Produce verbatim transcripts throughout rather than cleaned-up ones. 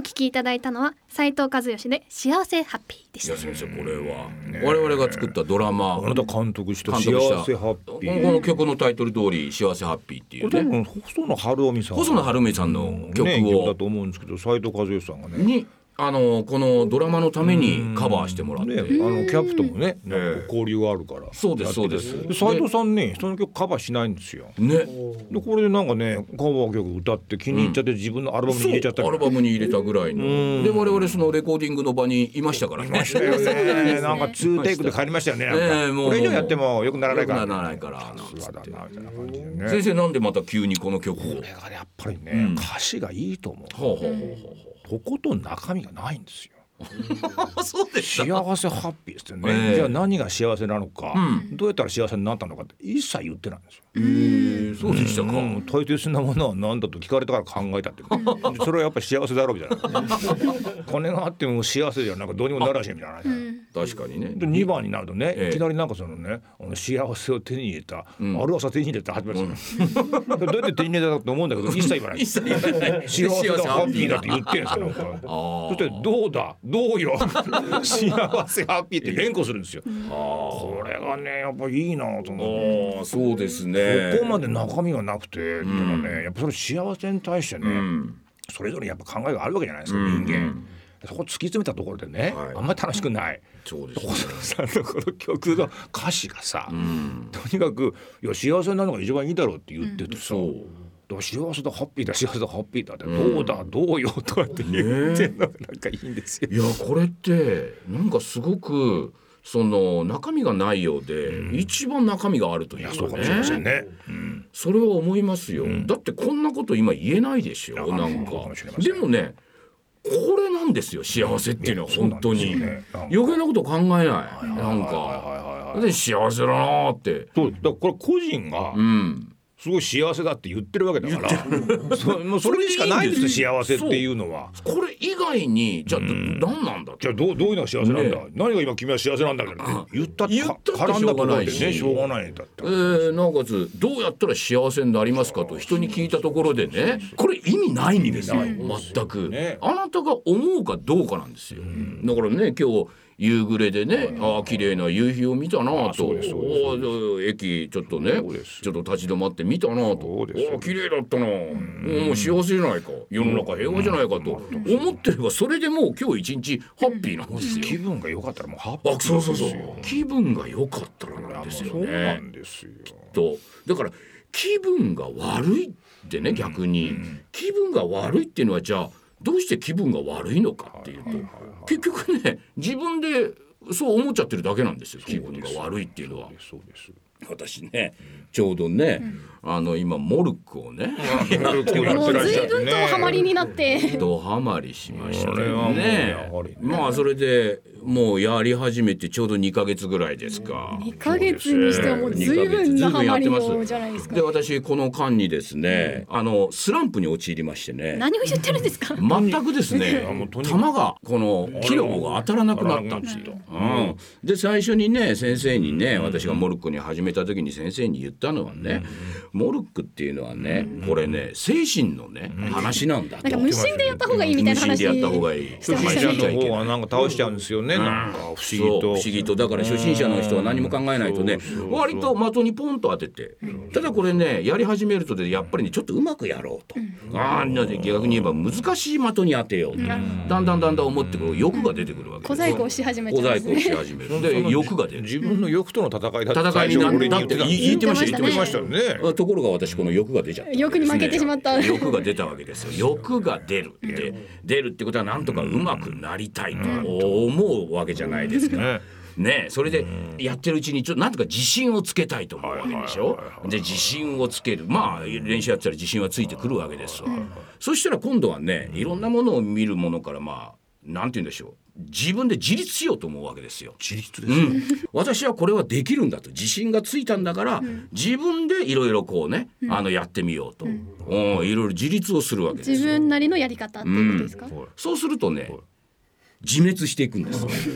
聞きいただいたのは斉藤和義で幸せハッピーでした。 いや先生これは我々が作ったドラマ、 あなた監督した監督した幸せハッピー、 この曲のタイトル通り幸せハッピーっていうこれ多ね、 分細野晴臣さん細野晴臣さんの曲ね、曲だをと思うんですけど斉藤和義さんがねにあのこのドラマのためにカバーしてもらって、 ね、あのキャプともねなんか交流があるから、 そうですそうです斉藤さんね人の曲カバーしないんですよ。 ね、 でこれでなんかねカバー曲歌って気に入っちゃって自分のアルバムに入れちゃったそうアルバムに入れたぐらいので我々そのレコーディングの場にいましたからね。 いましたよねなんかツーテイクで帰りましたよねなんか、 えーもうこれ以上やってもよくならないからよくならないからなんつってさすがだなみたいな感じでね。 先生なんでまた急にこの曲をこれがやっぱりね、 うん歌詞がいいと思う。 ほうほうほうほとことん中身がないんですよ。 うそうでした。 幸せハッピーですよね、 えーじゃあ何が幸せなのか、 うんどうやったら幸せになったのかって一切言ってないんですよ。 えー、そうでしたか、 うん、大切なものは何だと聞かれたから考えたってそれはやっぱり幸せだろうみたいな金があっても幸せじゃなんかどうにもならしみたいな、 確かにね。 でにばんになるとね、 ええいきなりなんかそのねあの幸せを手に入れた、 んある朝手に入れた始まるんですよ、どうやって手に入れたかと思うんだけど一切言わない一切言わない幸せだハッピーだって言ってるんですよなんかそしてどうだどうよ幸せハッピーって連呼するんですよ。これがねやっぱいいなと思ってああそうですね。 ここまで中身がなくて、っていうのはねやっぱその幸せに対してね、 うんそれぞれやっぱ考えがあるわけじゃないですか、人間そこ突き詰めたところでね、 はいあんまり楽しくない。 そうですね。 細野さんのこの曲の歌詞がさ、 うんとにかくいや幸せなのが一番いいだろうって言っててさ、 そうだから幸せだハッピーだ幸せだハッピーだって、どうだどうよとかって言ってんのがなんかいいんですよ。 いやこれってなんかすごくその中身がないようで、一番中身があるというかね。 そうかもしれませんね、うんそれは思いますよ、だってこんなこと今言えないでしょ。 いやなんかそうかもしれませんでもねこれなんですよ幸せっていうのは本当に、 いやそうなんですよね余計なこと考えない、なんかはいで幸せだなーってそうだからこれ個人がうんすごい幸せだって言ってるわけだからそ, もうそれにしかないんですよ幸せっていうのは。 これ以外にじゃあ、何なんだじゃあどうどういうのが幸せなんだ、 ね何が今君は幸せなんだけど言ったって言ったって絡んだところでねしょうしょうがないんだってえー、なおかつどうやったら幸せになりますかと人に聞いたところでねこれ意味ないんですよ全く、 ねあなたが思うかどうかなんですよ、だからね今日夕暮れでね、ああ綺麗な夕日を見たなと、 そうですそうですおー駅ちょっとねそうですちょっと立ち止まって見たなと、 そうですおー綺麗だったな、もう幸せじゃないか、世の中平和じゃないかと思ってればそれでもう今日一日ハッピーなんですよ。 気分が良かったらもうハッピーあそうそうそうですよ気分が良かったらなんですよそうなね。 んですよ。 とだから気分が悪いってね逆に、気分が悪いっていうのはじゃあどうして気分が悪いのかっていうと、結局ね自分でそう思っちゃってるだけなんですよ。気分が悪いっていうのは。 そうです私ねちょうどね、あの今モルックをねもう随分とハマりになってドハマりしましたこれはもうねやはりねまあそれでもうやり始めてちょうどにかげつぐらいですか。 にかげつにしてはもう随分なハマりようじゃないですか。 で私この間にですね、あのスランプに陥りましてね、 何を言ってるんですか。 全くですねもうとにかく球がこの木の方が当たらなくなったんですよ、うん、で最初にね先生にね私がモルックに始めた時に先生に言ったのはね、モルックっていうのはねこれね精神のね話なんだと、 なんか無心でやった方がいいみたいな話無心でやった方がいいしてま初したね。 心者の方がなんか倒しちゃうんですよね、なんか不思議とそう不思議とだから初心者の人は何も考えないとね、 そうそうそう割と的にポンと当てて、ただこれねやり始めるとでやっぱりねちょっとうまくやろうと、ああ逆に言えば難しい的に当てようと、だんだんだんだん思ってくる欲が出てくるわけ小ですよ。 細工をし始めち小ゃうんですね。 細工をし始めるで欲が出る自分の欲との戦いだって戦いにな最初俺ったって言言ってました言ってましたね言ってましたねところが私この欲が出ちゃった、 欲に負けてしまった欲が出たわけですよ。欲が出るって出るってことはなんとかうまくなりたいと思うわけじゃないですか。 ねね、それでやってるうちにちょっとなんとか自信をつけたいと思うわけでしょ。で自信をつける、まあ練習やってたら自信はついてくるわけですわ。そしたら今度はねいろんなものを見るものからまあなんて言うんでしょう、自分で自立しようと思うわけですよ。 自立ですうん、私はこれはできるんだと自信がついたんだから、自分でいろいろこうね、あのやってみようと、うんいろいろ自立をするわけですよ。 自分なりのやり方っていうことですか。 そうするとね自滅していくんですよ。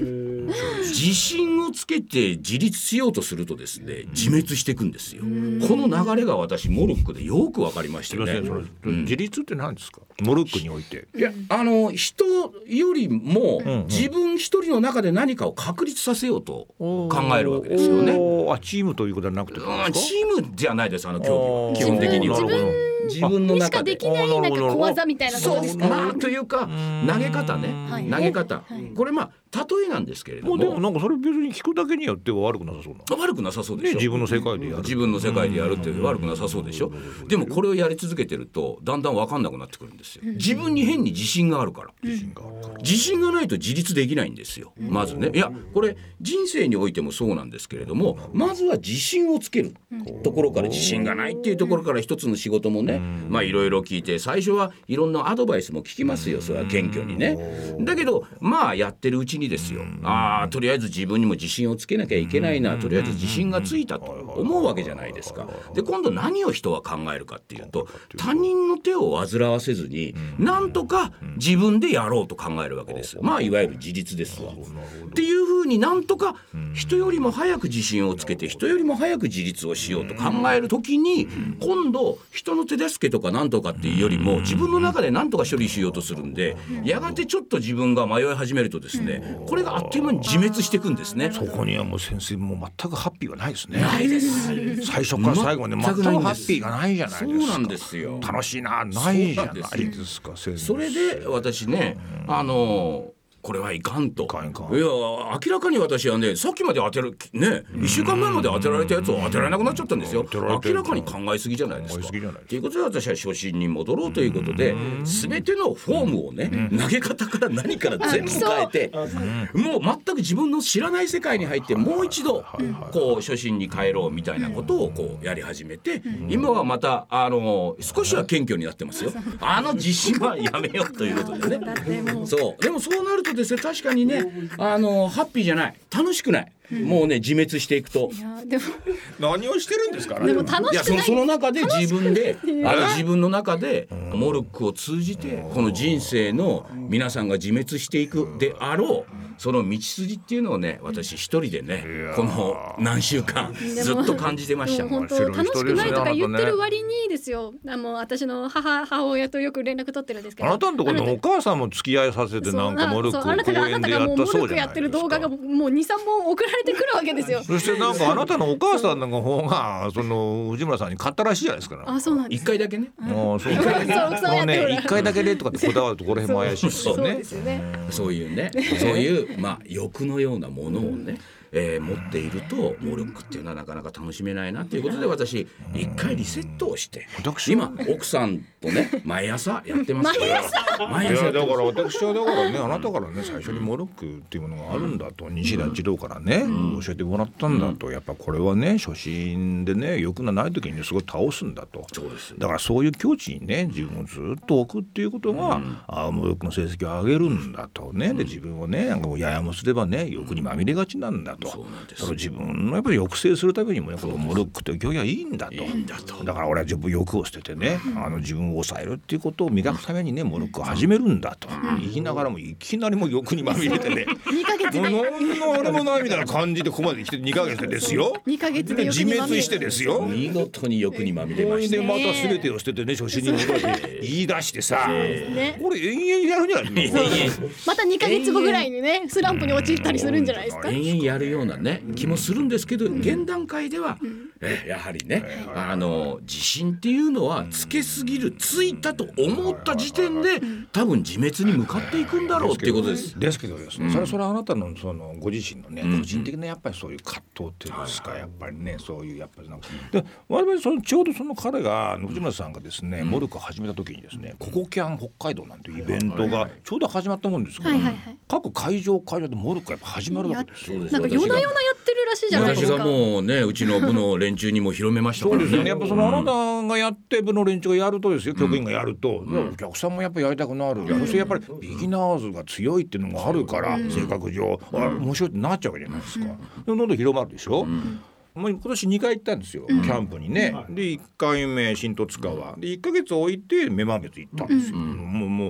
自信をつけて自立しようとするとですね、自滅していくんですよ。この流れが私モルックでよく分かりましたよね。 うん、自立って何ですか、モルックにおいて。 いや、あの人よりも自分一人の中で何かを確立させようと考えるわけですよね。 あ、チームということはなくてですか。 うん、チームじゃないです、あの競技は基本的には。自分の中でしかできないなんか小技みたいなことですか。 まあ、というか投げ方ね、投げ方、これまあ例えなんですけれども、 でもなんかそれ別に聞くだけによっては悪くなさそうな。 悪くなさそうでしょ、 ね、自分の世界でやる自分の世界でやるって悪くなさそうでしょ。でもこれをやり続けてるとだんだん分かんなくなってくるんですよ。自分に変に自信があるから、自信が自信がないと自立できないんですよ、まずね。いや、これ人生においてもそうなんですけれども、まずは自信をつけるところから、自信がないっていうところから一つの仕事もね、まあいろいろ聞いて、最初はいろんなアドバイスも聞きますよ、それは謙虚にね。だけどまあやってるうちにですよ、ああとりあえず自分にも自信をつけなきゃいけないな、とりあえず自信がついたと思うわけじゃないですか。で今度何を人は考えるかっていうと、他人の手を煩わせずになんとか自分でやろうと考えるわけです。まあいわゆる自立ですわ。っていうふうになんとか人よりも早く自信をつけて、人よりも早く自立をしようと考えるときに、今度人の手助けとかなんとかっていうよりも自分の中でなんとか処理しようとするんで、やがてちょっと自分が迷い始めるとですね、これがあっという間に自滅していくんですね。 そこにはもう先生もう全くハッピーはないですね。 ないです。 最初から最後まで全くハッピーがないじゃないですか。 そうなんですよ。 楽しいな、ないじゃないですか。先生、 それで私ね、あのこれはいかんと。いかんいかん。いや明らかに私はね、さっきまで当てるね、いっしゅうかんまえまで当てられたやつを当てられなくなっちゃったんですよ。明らかに考えすぎじゃないですか。ということで私は初心に戻ろうということで、全てのフォームをね、投げ方から何から全部変えて、もう全く自分の知らない世界に入って、もう一度こう初心に帰ろうみたいなことをこうやり始めて、今はまたあの少しは謙虚になってますよ。あの自信はやめようということでね。そうでもそうなるとですね、確かにね、あのハッピーじゃない、楽しくない、もうね自滅していくと。 いやでも何をしてるんですか。 でも楽しくない。いやそ, その中で自分であの自分の中でモルックを通じてこの人生の皆さんが自滅していくであろうその道筋っていうのをね、私一人でねこの何週間ずっと感じてました。 でも本当楽しくないとか言ってる割にですよ、あの私の 母, 母親とよく連絡取ってるんですけど、 あなたのところのお母さんも付き合いさせてなんかモルックを公園でやったそうじゃないですか。あなたがもうモルックやってる動画がもう にさんぼん送られてくるわけですよ。 そしてなんかあなたのお母さんの方がその藤村さんに買ったらしいじゃないですか。 あ、そうなんです。 一回だけね。 もうそうね、一回だけでとかってこだわるところへんも怪しいですよね。そうですよね。 そういうね、そういうまあ欲のようなものをね、えー、持っているとモルックっていうのはなかなか楽しめないなということで、私一回リセットをして今奥さんとね毎朝やってます。 毎朝毎朝だから私はだからね、あなたからね最初にモルックっていうものがあるんだと西田一郎からね、うん、教えてもらったんだと、やっぱこれはね初心でね欲がない時にねすごい倒すんだと。 そうです。 だからそういう境地にね自分をずっと置くっていうことが、うん、あモルックの成績を上げるんだとね。で自分をねなんかややもすればね欲にまみれがちなんだと。そうなんです。自分のやっぱり抑制するためにもねこのモルックという競技はいいんだと。いいんだと。だから俺は自分欲を捨ててね、あの自分を抑えるっていうことを磨くためにねモルックを始めるんだと言いながらもいきなりもう欲にまみれてねにかげつでもう何のあれもないみたいな感じでここまで来てにかげつでですよ。 にかげつで欲にまみれ自滅してですよ。 見事に欲にまみれました。 でまた全てを捨ててね初心に戻って言い出してさ、ね、これ延々やるんじゃないのまたにかげつごぐらいにねスランプに陥ったりするんじゃないですか。 延々やるようなね気もするんですけど、現段階では、えやはりねあの自信っていうのはつけすぎる、ついたと思った時点で多分自滅に向かっていくんだろうっていうことです。 ですけどですね、うん、それそれはあなたのそのご自身のね、うん、個人的なやっぱりそういう葛藤っていうんですか、やっぱりねそういうやっぱりなんかで我々そのちょうどその彼が藤村さんがですね、うん、モルックを始めた時にですねココキャン北海道なんていうイベントがちょうど始まったもんですけど、はいはいはい、各会場会場でモルックがやっぱ始まるわけですよ。 なんか夜な夜なやってるらしいじゃないですか。 私がもうねうちの部の連中にも広めましたからね。 そうですよね。やっぱそのあなたがやって部の連中がやるとですよ、局員がやると、うん、お客さんもやっぱりやりたくなる、うん、そしてやっぱりビギナーズが強いっていうのがあるから、うん、性格上、うん、あ面白いってなっちゃうわけじゃないですか、うん、どんどん広まるでしょ、うんもう今年にかい行ったんですよ、うん、キャンプにね、でいっかいめ新十津川でいっかげつ置いて女満別行ったんですよ、うん、もうもう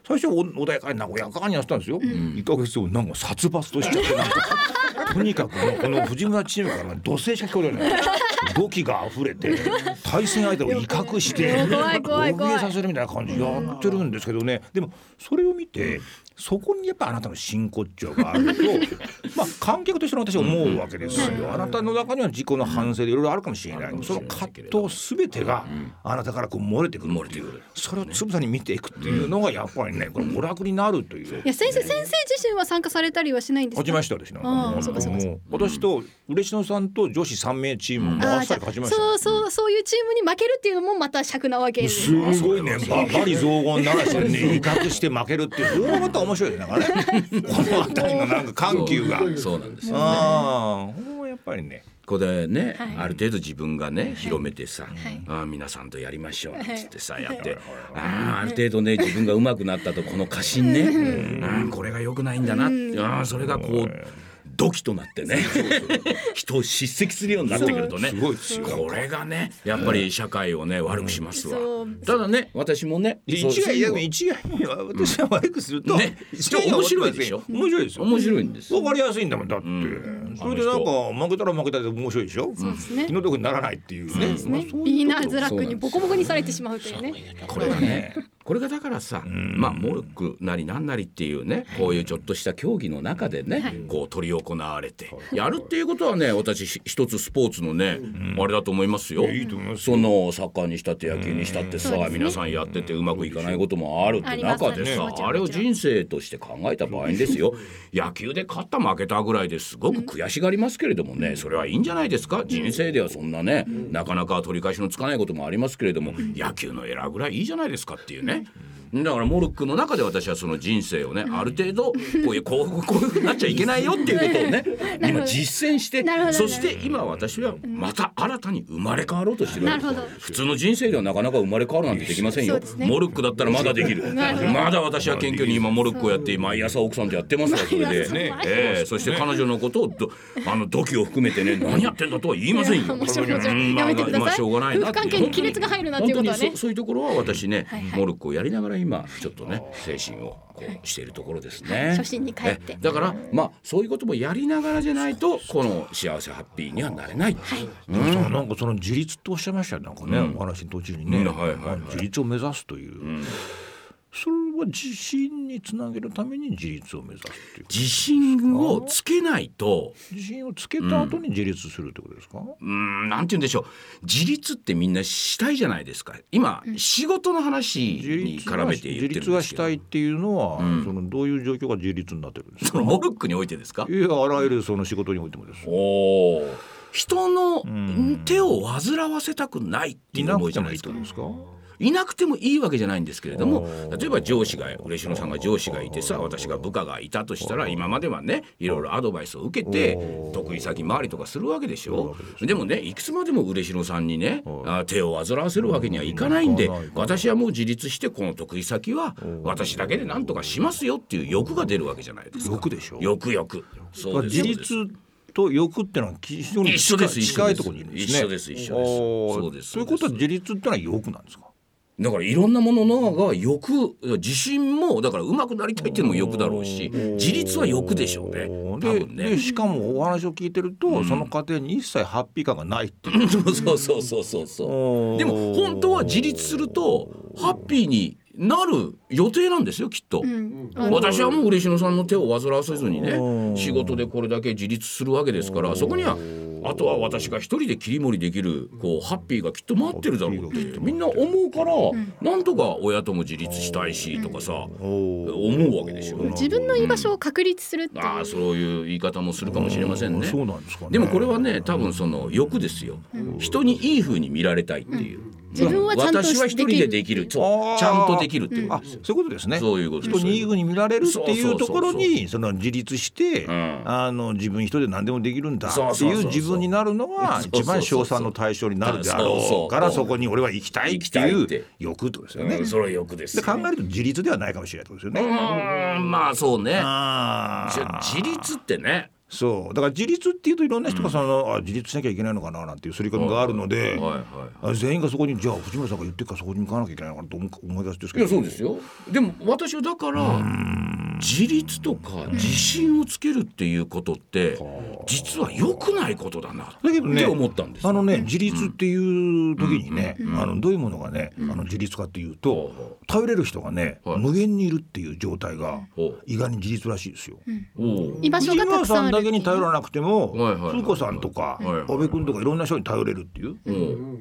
最初穏やかに和やかにやってたんですよ、うん、いっかげつ後なんか殺伐としちゃってなんかとにかくもうこの藤村チームから土星しか聞こえない動きが溢れて対戦相手を威嚇して怯えさせるみたいな感じでやってるんですけどね。でもそれを見てそこにやっぱあなたの真骨頂があるとまあ観客としての私は思うわけですよ。あなたの中には自己の反省でいろいろあるかもしれない。その葛藤全てがあなたからこう漏れてくる。漏れてくる。それをつぶさに見ていくっていうのがやっぱりねこれ娯楽になるという。 いや先生先生自身は参加されたりはしないんですか。 勝ちました私なんかもうそうかそうかそうか私と嬉野さんと女子さん名チームもあっさり勝ちました。 そうそうそういうチームに負けるっていうのもまた尺なわけです。 すごいねバリ雑言ならしてね威嚇して負けるっていうこれまた面白いですね。なんかねこの辺りのなんか緩急がそうなんですよね。 ああやっぱりねここでね、はい、ある程度自分がね広めてさ、はい、あ皆さんとやりましょうなんつってさ、はい、やって、はい、あ, ある程度ね自分が上手くなったとこの過信ね、うん、これが良くないんだなって、あそれがこうドキとなってね人を叱責するようになってくるとねこれがねやっぱり社会をね悪くしますわ。ただね私もね一概一概に私は悪くすると、 ね、面白いでしょ。 面白いですよ。 面白いんです。 分かりやすいんだもんだって、うん、それでなんか負けたら負けたで面白いでしょ。そうですね。気の毒にならないっていうね。そうですね。 ビギナーズラックにボコボコにされてしまうというね。 これがねこれがだからさ、まあモルックなりなんなりっていうねこういうちょっとした競技の中でね、はい、こう取り行われてやるっていうことはね私一つスポーツのね、うん、あれだと思いますよ。いいと思いますよ。そのサッカーにしたって野球にしたってさ、うん、皆さんやっててうまくいかないこともあるって中でさ、あれを人生として考えた場合にですよ野球で勝った負けたぐらいですごく悔しがりますけれどもね、それはいいんじゃないですか。人生ではそんなねなかなか取り返しのつかないこともありますけれども野球のエラーぐらいいいじゃないですかっていうね。だからモルックの中で私はその人生をねある程度こういうこうこういう風になっちゃいけないよっていうことをね今実践してそして今私はまた新たに生まれ変わろうとしてるわけです。普通の人生ではなかなか生まれ変わるなんてできませんよ。モルックだったらまだできる。まだ私は謙虚に今モルックをやって毎朝奥さんとやってますわ。それで、ねえー、そして彼女のことをどあの度胸を含めてね何やってんだとは言いませんよ。 もちろんもちろんやめてください。 まあ、しょうがないなって夫婦関係に亀裂が入るなっていうことはね。 本当に そ, そういうところは私ね、はいはい、モルックをやりながら今ちょっとね精神をこうしているところですね、はい、 初心に帰ってだからまあそういうこともやりながらじゃないとこの幸せハッピーにはなれない、はいうん、なんかその自立とおっしゃいましたよなんかね、うん、お話の途中にね、うんはいはいはい、自立を目指すという、うんそれは自信につなげるために自立を目指すっていう自信をつけないと自信をつけた後に自立するってことですか。 うん、なんて言うんでしょう自立ってみんなしたいじゃないですか。今、うん、仕事の話に絡めて言ってるんですけど自立がしたいっていうのは、うん、そのどういう状況が自立になってるんですか。 そのモルックにおいてですか。 いやあらゆるその仕事においてもです。 お人の手を煩わせたくないっていう思いじゃないですか。 いなくてもいいってことですか。 いなくてもいいわけじゃないんですけれども例えば上司が嬉野さんが上司がいてさ私が部下がいたとしたら今まではねいろいろアドバイスを受けて得意先回りとかするわけでしょ。でもねいくつまでも嬉野さんにねあ手を煩わせるわけにはいかないんで私はもう自立してこの得意先は私だけで何とかしますよっていう欲が出るわけじゃないですか。 欲でしょ。 欲欲そうです。 自立と欲ってのは非常に近い、近いところにいるんですね。 一緒です一緒です。そうです。 ということは自立ってのは欲なんですか。 だからいろんなもののが欲自信もだから上手くなりたいっていうのも欲だろうし自立は欲でしょうね多分ね。 でしかもお話を聞いてると、うん、その過程に一切ハッピー感がないっていうそうそうそうそうそうでも本当は自立するとハッピーになる予定なんですよきっと、うん、私はもう嬉野さんの手を煩わせずにね仕事でこれだけ自立するわけですからそこにはあとは私が一人で切り盛りできるこうハッピーがきっと待ってるだろうってみんな思うから、うん、なんとか親とも自立したいしとかさ、うん、思うわけでしょ。 自分の居場所を確立するっていう、うん、 あそういう言い方もするかもしれませんね。 そうなんですかね。 でもこれはね多分その欲ですよ、うん、人にいい風に見られたいっていう、うん自分はちゃんと私は一人でできるそうちゃんとできるっていうことですよ、 うん、そういうことですね。 そういうことです。 人にいい風に見られるっていうところにその自立して、うん、あの自分一人で何でもできるんだっていう自分になるのが一番称賛の対象になるであろうからそこに俺は行きたいっていう欲ってことですよね、 うん、それは欲ですよ。 で考えると自立ではないかもしれないってことですよね。 うんまあそうね。あ自立ってねそうだから自立っていうといろんな人がその、うん、あ自立しなきゃいけないのかななんていう刷り込みがあるので、はいはいはい、全員がそこにじゃあ藤村さんが言ってるからそこに行かなきゃいけないのかなと思い出すんですけど。 いやそうですよ。でも私はだから自立とか自信をつけるっていうことって実は良くないことだなって思ったんです。 あのね自立っていう時にね、うん、あのどういうものがね、うん、あの自立かっていうと、うん、頼れる人がね、はい、無限にいるっていう状態が意外に自立らしいですよ。 うん、居場所がたくさんある。 だけに頼らなくても風子さんとか阿部君とかいろんな人に頼れるっていう、うん、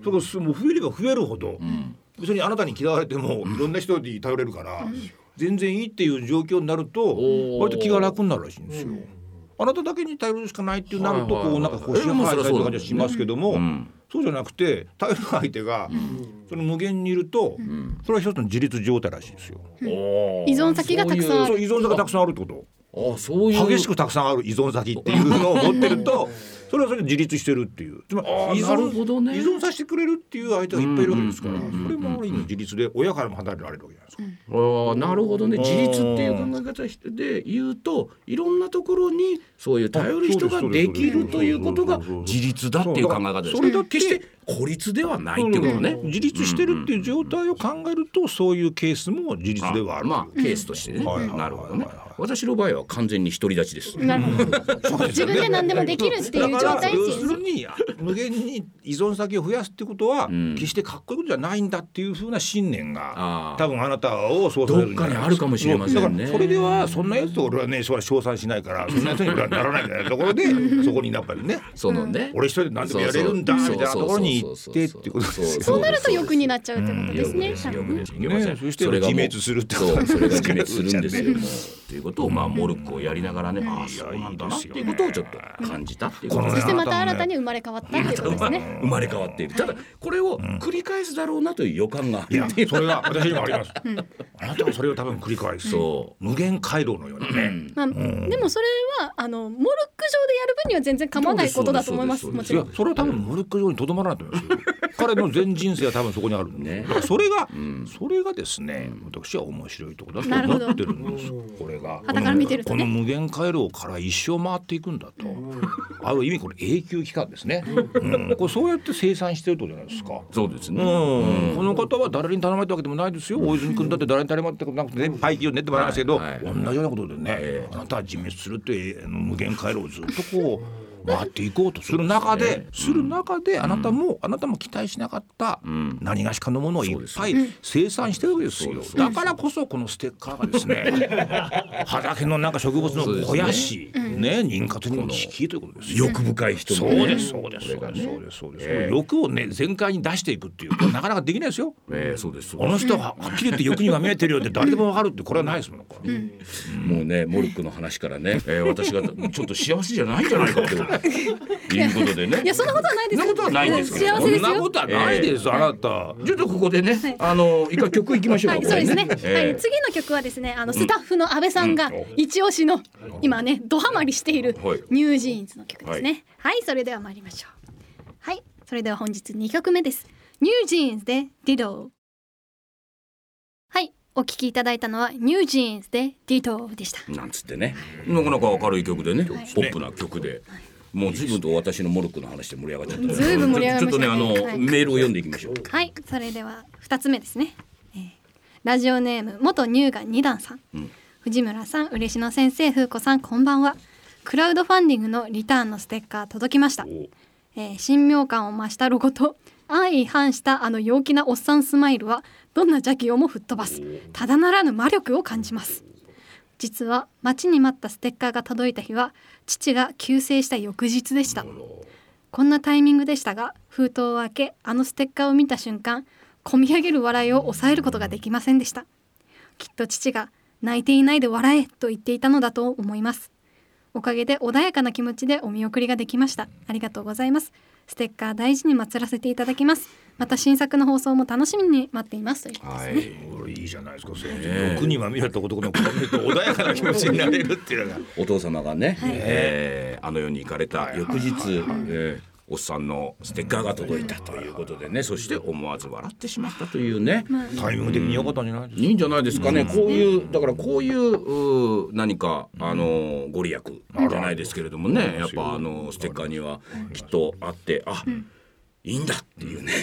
それがもう増えれば増えるほど、うん、別にあなたに嫌われてもいろんな人に頼れるから、うん、全然いいっていう状況になると割と気が楽になるらしいんですよ。あなただけに頼るしかないっていうなるとこうなんかこう支配される感じはしますけども、そうじゃなくて頼る相手がその無限にいると、それは一つの自立状態らしいですよ。 依存先がたくさんある。 そう依存先がたくさんあるってこと。 あそういう激しくたくさんある依存先っていうのを持ってるとそれはそれで自立してるっていう、つまり依存、ね、依存させてくれるっていう相手がいっぱいいるわけですから、うんうんうんうん、それもある意味自立で親からも離れられるわけじゃないですか、 うん、あなるほどね。自立っていう考え方で言うといろんなところにそういう頼る人ができるということが自立だっていう考え方です。それだけ決して孤立ではないっていうことね、 うん、自立してるっていう状態を考えるとそういうケースも自立ではある。 あ、まあケースとしてね、うん、なるほどね。私の場合は完全に独り立ちです。 なるほど自分で何でもできるっていう状態ですよね。要するに無限に依存先を増やすってことは、うん、決してかっこいいことじゃないんだっていう風な信念が多分あなたをそうさせるんじゃないですか。 どっかにあるかもしれませんね。 だからそれではそんなやつと俺はね称賛しないからそんなやつにはならないみたいなところでそこにやっぱりね、 そのね俺一人で何でもやれるんだみたいなところに行ってっていうことですよ。 そうなると欲になっちゃうってことですね。 そして自滅するってことなんです。それが自滅するんですよということをまあモルックをやりながらね、ああそうなんだなっていうことをちょっと感じたっていうことです。 そしてまた新たに生まれ変わったっていうことですね。 生まれ変わっている。ただこれを繰り返すだろうなという予感が、 いやそれは私にもあります、うん、あなたはそれを多分繰り返す、そう無限回路のようにね、うんまあうん、でもそれはあのモルック上でやる分には全然構わないことだと思います。もちろんいやそれは多分モルック上にとどまらないと思いますよ彼の全人生は多分そこにあるんで、ね、それが、うん、それがですね私は面白いところだと思ってるんです。これが傍から見てるとね、 この無限回路から一生回っていくんだと、うん、ある意味これ永久期間ですね、うん、これそうやって生産してるってことじゃないですか。 そうですね、 うんうん、この方は誰に頼まれたわけでもないですよ。大泉君だって誰に頼まれたことなくてね、パイキを練ってもらいますけど、はいはいはい、同じようなことでね、えー、あなたは自滅するって無限回路をずっとこう回っていこうとする中で、する中であなたも、あなたも期待しなかった何がしかのものをいっぱい生産してるわけですよ。だからこそこのステッカーがですね畑のなんか植物の肥やし、ね、妊活にも効きということですよ。 欲深い人の、ね、そうですそうですそうですそうですそうです、えー、欲をね全開に出していくっていうなかなかできないですよ、 えー、そうですあの人ははっきり言って欲にまみれてるよって誰でもわかるってこれはないですもん、うんうん、もうねモルックの話からね、えー、私がちょっと幸せじゃないんじゃないかっていうことでね。 いやそんなことはないです。 そんなことはないですか。 幸せですよ。 そんなことはないです、えー、あなた。 ちょっとここでね、はい、あの一回曲いきましょうか。 はい、そうですね。えーはい、次の曲はですね、あのスタッフの安倍さんが一押しの、うん、今ねドハマりしているニュージーンズの曲ですね。はい、はい、それでは参りましょう。はい、それでは本日にきょくめです。ニュージーンズでディド。はい。お聴きいただいたのはニュージーンズでディトーでした。 なんつってね、なかなか明るい曲でね、はい、ポップな曲で、はい、もう随分と私のモルックの話で盛り上がっちゃった。 随分盛り上がりましたね。 ちょっとねあの、はい、メールを読んでいきましょう。 はい、それではふたつめですね、えー、ラジオネーム元乳がんに段さん、うん、藤村さん、嬉野先生、風子さん、こんばんは。クラウドファンディングのリターンのステッカー届きました。えー、神妙感を増したロゴと相反したあの陽気なおっさんスマイルはどんな邪気をも吹っ飛ばすただならぬ魔力を感じます。実は待ちに待ったステッカーが届いた日は父が急逝した翌日でした。こんなタイミングでしたが、封筒を開けあのステッカーを見た瞬間、こみ上げる笑いを抑えることができませんでした。きっと父が泣いていないで笑えと言っていたのだと思います。おかげで穏やかな気持ちでお見送りができました。ありがとうございます。ステッカー大事に祀らせていただきます。また新作の放送も楽しみに待っていますということですね。 はい、いいじゃないですか。欲にまみれた男の子が見ると穏やかな気持ちになれるっていうのがお父様がね、はい、えー、あの世に行かれた翌日、はいはいはい、えーおっさんのステッカーが届いたということでね、そして思わず笑ってしまったというね、まあ、 タイミング的に良かったんじゃないですか。 いいんじゃないですかね、うん、こういうだからこういう何かあのご利益じゃないですけれどもね、やっぱあのステッカーにはきっとあって、あ、うん、いいんだっていうね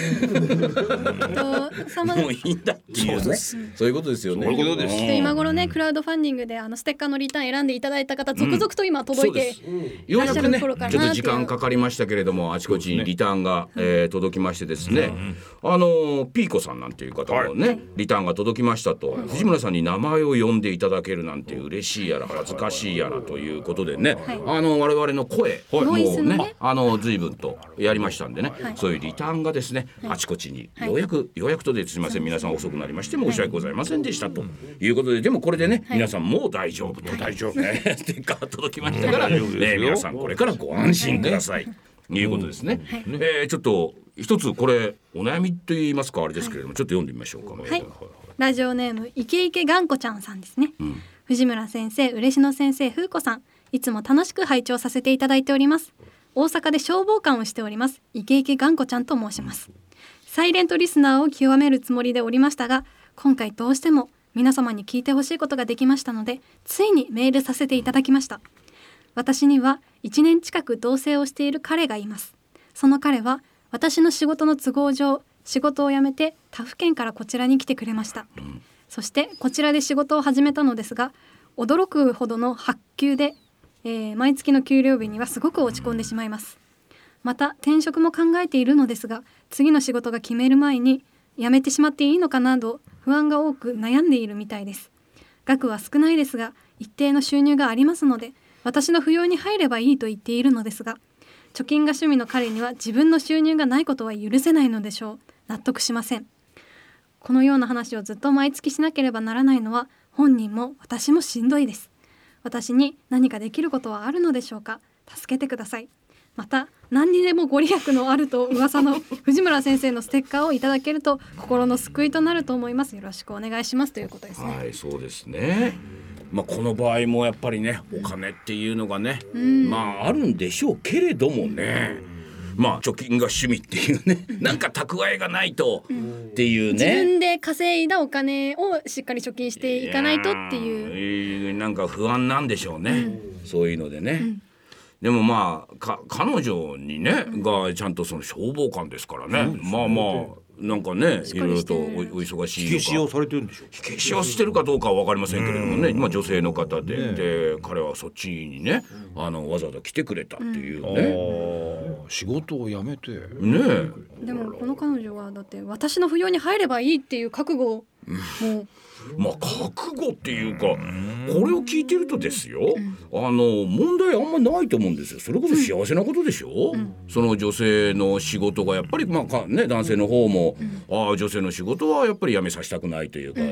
もういいんだっていうね、そういうことですよね。 そういうことです。 今頃ねクラウドファンディングであのステッカーのリターン選んでいただいた方続々と今届いていらっしゃる頃かな、 ようやくねちょっと時間かかりましたけれども、あちこちにリターンが、えー、届きましてですね、うん、あのピーコさんなんていう方もね、はい、リターンが届きましたと、うん、藤村さんに名前を呼んでいただけるなんて嬉しいやら恥ずかしいやらということでね、はい、あの我々の声もうねあの随分とやりましたんでね、はい、そういうリターンがですね、はい、あちこちにようやく、はい、ようやくとですみません、皆さん遅くなりまして申し訳ございませんでしたということで、でもこれでね、はい、皆さんもう大丈夫と、大丈夫ねステッカー届きましたから、ね、皆さんこれからご安心くださいということですね、はい、えー、ちょっと一つこれお悩みと言いますかあれですけれども、はい、ちょっと読んでみましょうか、 はい、ラジオネームイケイケがんこちゃんさんですね、うん、藤村先生、嬉野先生、風子さん、いつも楽しく拝聴させていただいております。大阪で消防官をしておりますイケイケがんこちゃんと申します。サイレントリスナーを極めるつもりでおりましたが、今回どうしても皆様に聞いてほしいことができましたので、ついにメールさせていただきました。私にはいちねん近く同棲をしている彼がいます。その彼は私の仕事の都合上、仕事を辞めて他府県からこちらに来てくれました。そしてこちらで仕事を始めたのですが、驚くほどの発給で、えー、毎月の給料日にはすごく落ち込んでしまいます。また転職も考えているのですが、次の仕事が決める前に辞めてしまっていいのかなど不安が多く悩んでいるみたいです。額は少ないですが一定の収入がありますので、私の扶養に入ればいいと言っているのですが、貯金が趣味の彼には自分の収入がないことは許せないのでしょう。納得しません。このような話をずっと毎月しなければならないのは本人も私もしんどいです。私に何かできることはあるのでしょうか。助けてください。また何にでもご利益のあると噂の藤村先生のステッカーをいただけると心の救いとなると思います。よろしくお願いしますということですね。 はい、そうですね。まあ、この場合もやっぱりね、お金っていうのがね、うん、まああるんでしょうけれどもね、まあ貯金が趣味っていうね、なんか蓄えがないとっていうね、 自分で稼いだお金をしっかり貯金していかないとっていう、 なんか不安なんでしょうね、うん、そういうのでね、うん、でもまあか彼女にね、うん、がちゃんとその消防官ですからね、うん、まあまあなんかね、いろいろと お, お忙しいのか、 火消しをされてるんでしょう。 火消しをしてるかどうかは分かりませんけれどもね、今女性の方で、ね、で彼はそっちにね、あのわざわざ来てくれたっていうね、 うん、仕事を辞めてね。 でもこの彼女はだって私の扶養に入ればいいっていう覚悟をまあ覚悟っていうか、これを聞いてるとですよ、うん、あの問題あんまないと思うんですよ。それこそ幸せなことでしょ、うん、その女性の仕事がやっぱり、まあね、男性の方も、うん、あ女性の仕事はやっぱり辞めさせたくないというか、うん、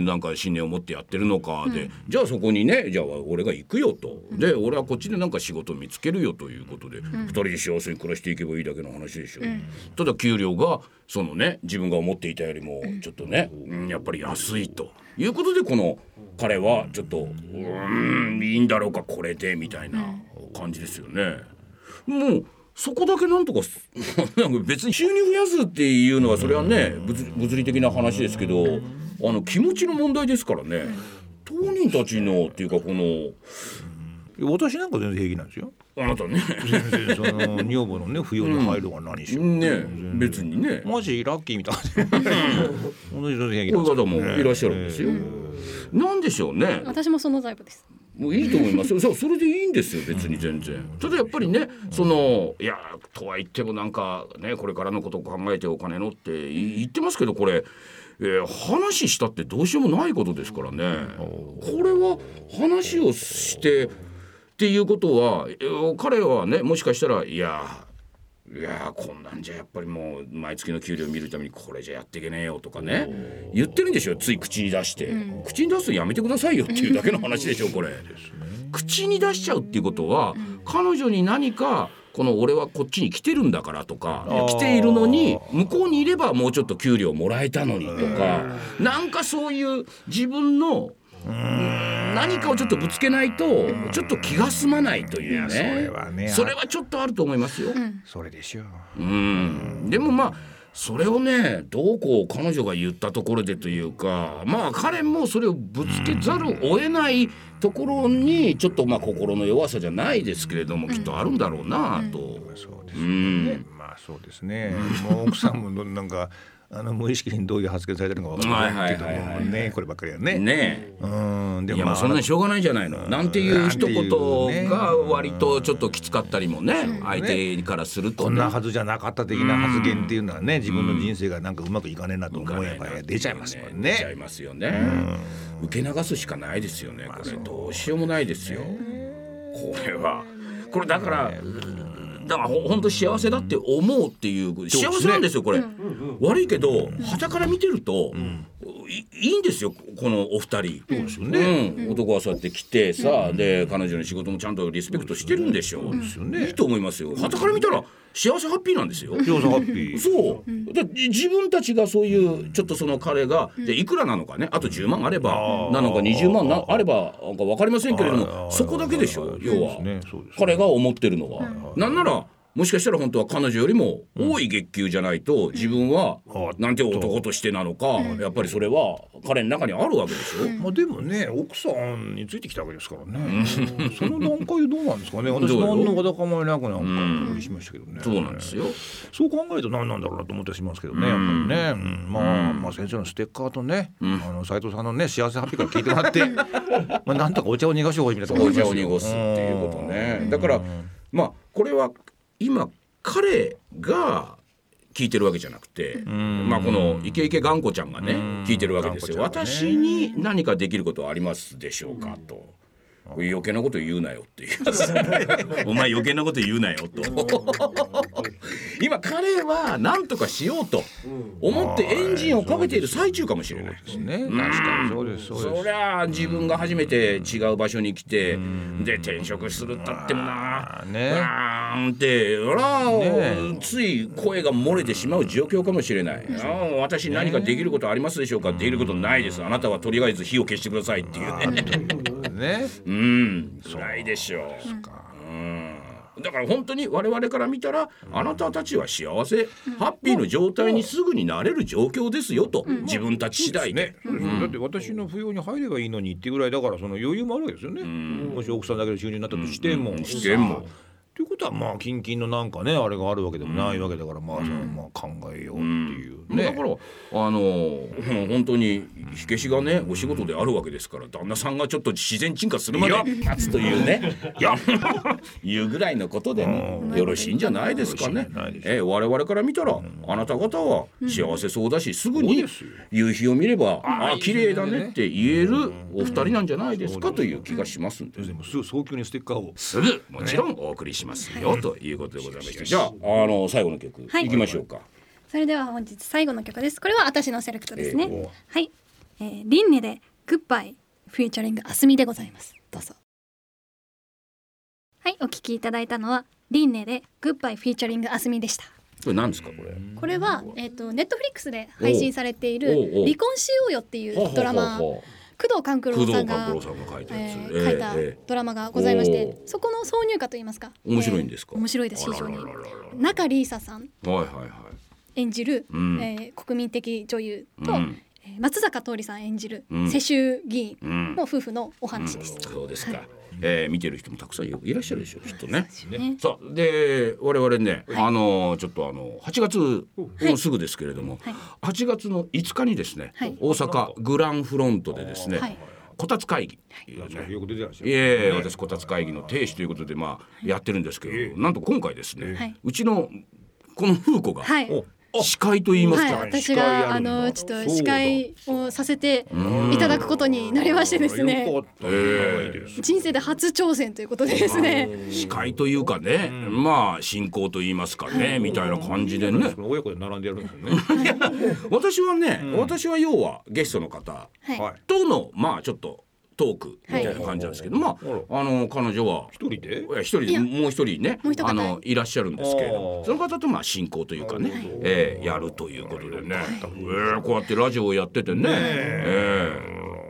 なんか信念を持ってやってるのかで、うん、じゃあそこにね、じゃあ俺が行くよと、うん、で俺はこっちでなんか仕事を見つけるよということで、うん、ふたりで幸せに暮らしていけばいいだけの話でしょ、うん、ただ給料がそのね、自分が思っていたよりもちょっとね、うん、やっぱり安いということで、この彼はちょっとうーんいいんだろうかこれでみたいな感じですよね。もうそこだけなんとかなんか別に収入増やすっていうのはそれはね、物, 物理的な話ですけど、あの気持ちの問題ですからね。当人たちのっていうか、この私なんか全然平気なんですよ。 あなたね全然その女房のね扶養に入るが何しよう、 うんね、別にねマジラッキーみたいな同じ平気なんですよ、 こういう方もいらっしゃるんですよ、えー、なんでしょうね。 私もそのタイプです。 もういいと思いますよ。それでいいんですよ、別に全然。ただやっぱりね、そのいやとは言ってもなんかね、これからのことを考えてお金のって言ってますけど、これえー、話したってどうしようもないことですからね。これは話をしてっていうことは、彼はね、もしかしたらいやいやこんなんじゃやっぱりもう毎月の給料を見るためにこれじゃやっていけねえよとかね言ってるんでしょ。つい口に出して、うん、口に出すとやめてくださいよっていうだけの話でしょこれ口に出しちゃうっていうことは、彼女に何かこの俺はこっちに来てるんだからとか、来ているのに向こうにいればもうちょっと給料もらえたのにとか、なんかそういう自分の何かをちょっとぶつけないとちょっと気が済まないというね、 それはねそれはちょっとあると思いますよ、うん、 それでしょう。 うんでもまあそれをねどうこう彼女が言ったところでというか、まあ彼もそれをぶつけざるを得ないところにちょっとまあ心の弱さじゃないですけれども、きっとあるんだろうなと、うんうん、そうですね、まあそうですね、もう奥さんもなんかあの無意識にどういう発言されてるのか分からないけどもね、こればっかりはね。 ねえ、 うん、でも、 いやまあそんなにしょうがないじゃないの。なんていう一言が割とちょっときつかったりもね、ね相手からすると、ね、 こんなはずじゃなかった的な発言っていうのはね、自分の人生がなんかうまくいかねえなと思えば出ちゃいますもんね。 出ちゃいますよね。受け流すしかないですよね。これどうしようもないですよ。これはこれだから。だから本当幸せだって思うっていう幸せなんですよこれ、うん、悪いけど傍から見てると、うん、い, いいんですよこのお二人、そうですよね、うん、男はそうやって来てさ、うん、で彼女の仕事もちゃんとリスペクトしてるんでしょ、うん、いいと思いますよ。傍から見たら幸せハッピーなんですよ。 幸せハッピーそう、で自分たちがそういうちょっとその彼がでいくらなのかね、あとじゅうまんあればなのかにじゅうまんなあればなんか分かりませんけれども、そこだけでしょ要は、ねね、彼が思ってるのは、なんならもしかしたら本当は彼女よりも多い月給じゃないと自分はなんて男としてなのか、やっぱりそれは彼の中にあるわけでしょ、 まあ、でもね奥さんについてきたわけですからねその段階でどうなんですかね。私何のわだかまりなくなんかしましたけどね、 うん、そうなんですよ。 そう考えると何なんだろうなと思ったりしますけどね、やっぱりね、うん、まあ、まあ先生のステッカーとね、うん、あの斉藤さんのね幸せハッピーから聞いてもらってまあなんとかお茶を濁してほしいみたいな。 お茶を濁すっていうことね。だからまあこれは今彼が聞いてるわけじゃなくて、まあこのイケイケ頑固ちゃんがね聞いてるわけですよ、ね、私に何かできることはありますでしょうかと、余計なこと言うなよっていうお前余計なこと言うなよと今彼は何とかしようと思ってエンジンをかけている最中かもしれないですね。 確かにそうですそうです。 そりゃ自分が初めて違う場所に来てで転職するったってもなねーんってほら、ね、つい声が漏れてしまう状況かもしれない。あ私何かできることありますでしょうか。できることないです。あなたはとりあえず火を消してくださいっていうねねうんぐらいでしょう。うんだから本当に我々から見たら、うん、あなたたちは幸せ、うん、ハッピーの状態にすぐになれる状況ですよと、うん、自分たち次第で、 うん、だって私の扶養に入ればいいのにっていうぐらいだからその余裕もあるわけですよね、うん、もし奥さんだけで収入になったとしても、うん、 してもということはまあ近々のなんかねあれがあるわけでもないわけだから、まあそのまあ考えようっていうね、うん、 だからあの本当に火消しがねお仕事であるわけですから、旦那さんがちょっと自然沈下するまで立つというねいやいうぐらいのことでねよろしいんじゃないですかね。えー、我々から見たら、うん、あなた方は幸せそうだし、すぐに夕日を見ればああ綺麗だねって言えるお二人なんじゃないですかという気がしますんで、 でもすぐ早急にステッカーをすぐもちろんお送りしますよ、はい、ということでございまして、じゃあ、あの最後の曲、はい、いきましょうか。 それでは本日最後の曲です。これは私のセレクトですね、えー、はい、えー、リンネでグッバイフィーチャリングアスミでございます。どうぞ。はい、お聴きいただいたのはリンネでグッバイフィーチャリングアスミでした。 これ何ですかこれ。 これは、えーと、ネットフリックスで配信されている離婚しようよっていうドラマ、工藤官九郎さんが書いた、えー、書いたドラマがございまして、そこの挿入歌といいますか、 面白いんですか。 えー、面白いです。非常に中里依紗さん演じる、うんえー、国民的女優と、うん松坂桃李さん演じる世襲議員の夫婦のお話です、 うんうん、そうですか、はい、えー、見てる人もたくさんいらっしゃるでしょうきっとね。さあで我々ね、はい、あのちょっとあのはちがつもうすぐですけれども、はい、はちがつのいつかにですね、はい、大阪グランフロントでですね、はい、こたつ会議、はい、よく出てらっしゃる、いえいえ私こたつ会議の亭主ということでまあやってるんですけど、はい、なんと今回ですね、はい、うちのこの風子が、はい司会と言いますか、 はい、私があのちょっと司会をさせていただくことになりましてですね、えー、人生で初挑戦ということでですね、 司会というかね、まあ進行と言いますかね、はい、みたいな感じでね、 親子で並んでやるんですよね私はね、うん、私は要はゲストの方との、はい、まあちょっとトークみたいな感じなんですけど、はい、まああの彼女は一人で一人でもう一人ねあのいらっしゃるんですけれど、その方とまあ進行というかね、えー、やるということでね、えー、こうやってラジオをやっててね、えー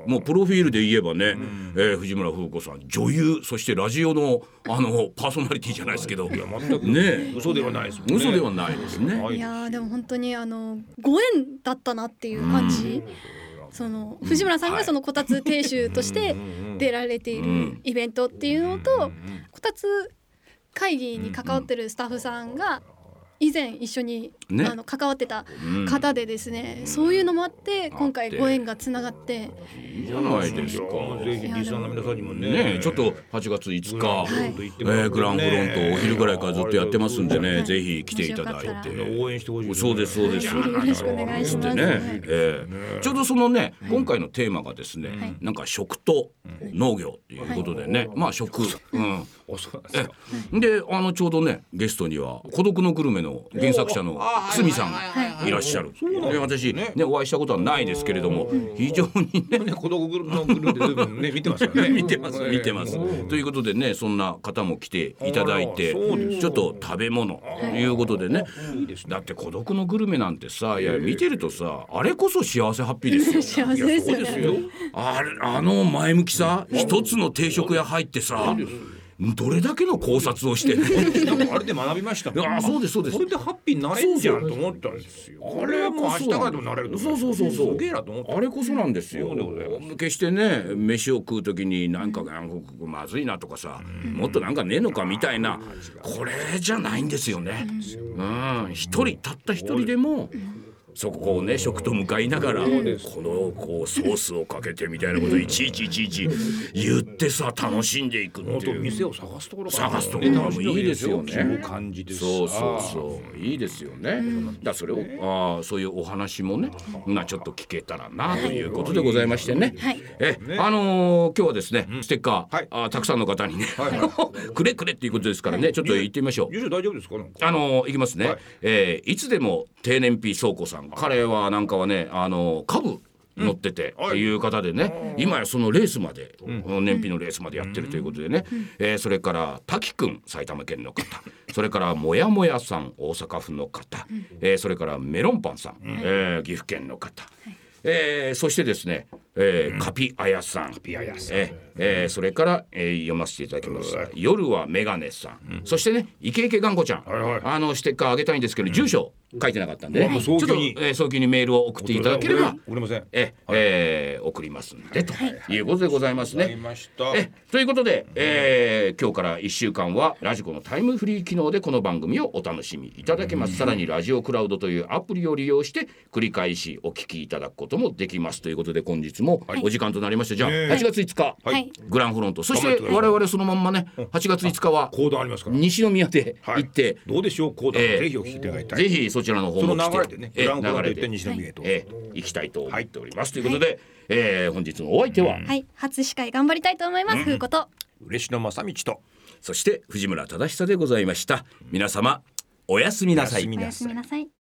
もうプロフィールで言えばね、えー、藤村風子さん女優、そしてラジオのあのパーソナリティじゃないですけど、 いや全くね嘘ではないですもんね。 嘘ではないですね。 いやでも本当にあのご縁だったなっていう感じ、その藤村さんがそのこたつ亭主として出られているイベントっていうのと、こたつ会議に関わってるスタッフさんが以前一緒に、ね、あの関わってた方でですね、うん、そういうのもあって今回ご縁がつながっていいじゃないですか。 ぜひリスナーの皆さんにも ね, ねちょっとはちがついつか、はいえー、グランフロントお昼ぐらいからずっとやってますんでね、はい、ぜひ来ていただいて応援してほしい、ね、 そうですそうです。 よろしくお願いします、 ねえー、ちょうどそのね、はい、今回のテーマがですね、はい、なんか食と農業ということでね、はい、まあ食、うんであのちょうどねゲストには孤独のグルメの原作者の久美さんがいらっしゃる。で私ねお会いしたことはないですけれども、非常にね孤独のグルメで随分ね見てますよね。 見てます見てますということでね、そんな方も来ていただいて、ちょっと食べ物ということでね、だって孤独のグルメなんてさ、いや見てるとさ、あれこそ幸せハッピーですよ。 幸せですよね。 いやそうですよ。あれあの前向きさ、一つの定食屋入ってさ、どれだけの考察をしてねなんかあれで学びましたもん。 あそうですそうです。 これでハッピーになれんじゃんと思ったんですよ。あれはもう明日からでもなれると。 そうそうそうそう。 すげえなと思った。 あれこそなんですよ。決してね飯を食うときになんかまずいなとかさ、もっとなんかねえのかみたいな、これじゃないんですよね。うん、一人たった一人でもそこをね食と向かいながら、このこうソースをかけてみたいなことをいちいちいちいち言ってさ楽しんでいくっていう、 店を探すところ探すところもいいですよね。 感じです。 そうそうそういいですよね。だそれをあそういうお話もね、まあちょっと聞けたらなということでございましてね。えあの今日はですねステッカーあたくさんの方にねくれくれっていうことですからね、ちょっと言ってみましょう。 大丈夫ですか。 あのいきますね。えいつでも低燃費倉庫さん、彼はなんかはねあの株乗っててっていう方でね、今やそのレースまで、燃費のレースまでやってるということでね、えー、それから滝くん埼玉県の方、それからもやもやさん大阪府の方、えー、それからメロンパンさん、えー、岐阜県の方、えー、そしてですね、えー、カピアヤさん、カピアヤさん、えーえー、それから、えー、読ませていただきます。夜はメガネさん、うん、そしてねイケイケ頑固ちゃん、はいはい、あのステッカーあげたいんですけど、うん、住所書いてなかったんで、ね、ちょっと、えー、早急にメールを送っていただければ送りません、 えーえー、送りますんでということでございますね。えということで、えー、今日からいっしゅうかんはラジコのタイムフリー機能でこの番組をお楽しみいただけます。さらにラジオクラウドというアプリを利用して繰り返しお聞きいただくこともできますということで、本日もお時間となりました。じゃあはちがついつか、はい、グランフロント、そして我々そのまんまねはちがついつかは講談ありますから西宮で行って、はい、 どうでしょう講談、えー、ぜひお聞きいただきたい。 ぜひそちらの方も来て、 その流れでね、グランフロント行って西宮へと、 えー、行きたいと思っております、はい、ということで、えー、本日のお相手は、 はい、初司会頑張りたいと思います、風子と嬉野正道と、 そして藤村忠久でございました。皆様おやすみなさい。 おやすみなさい。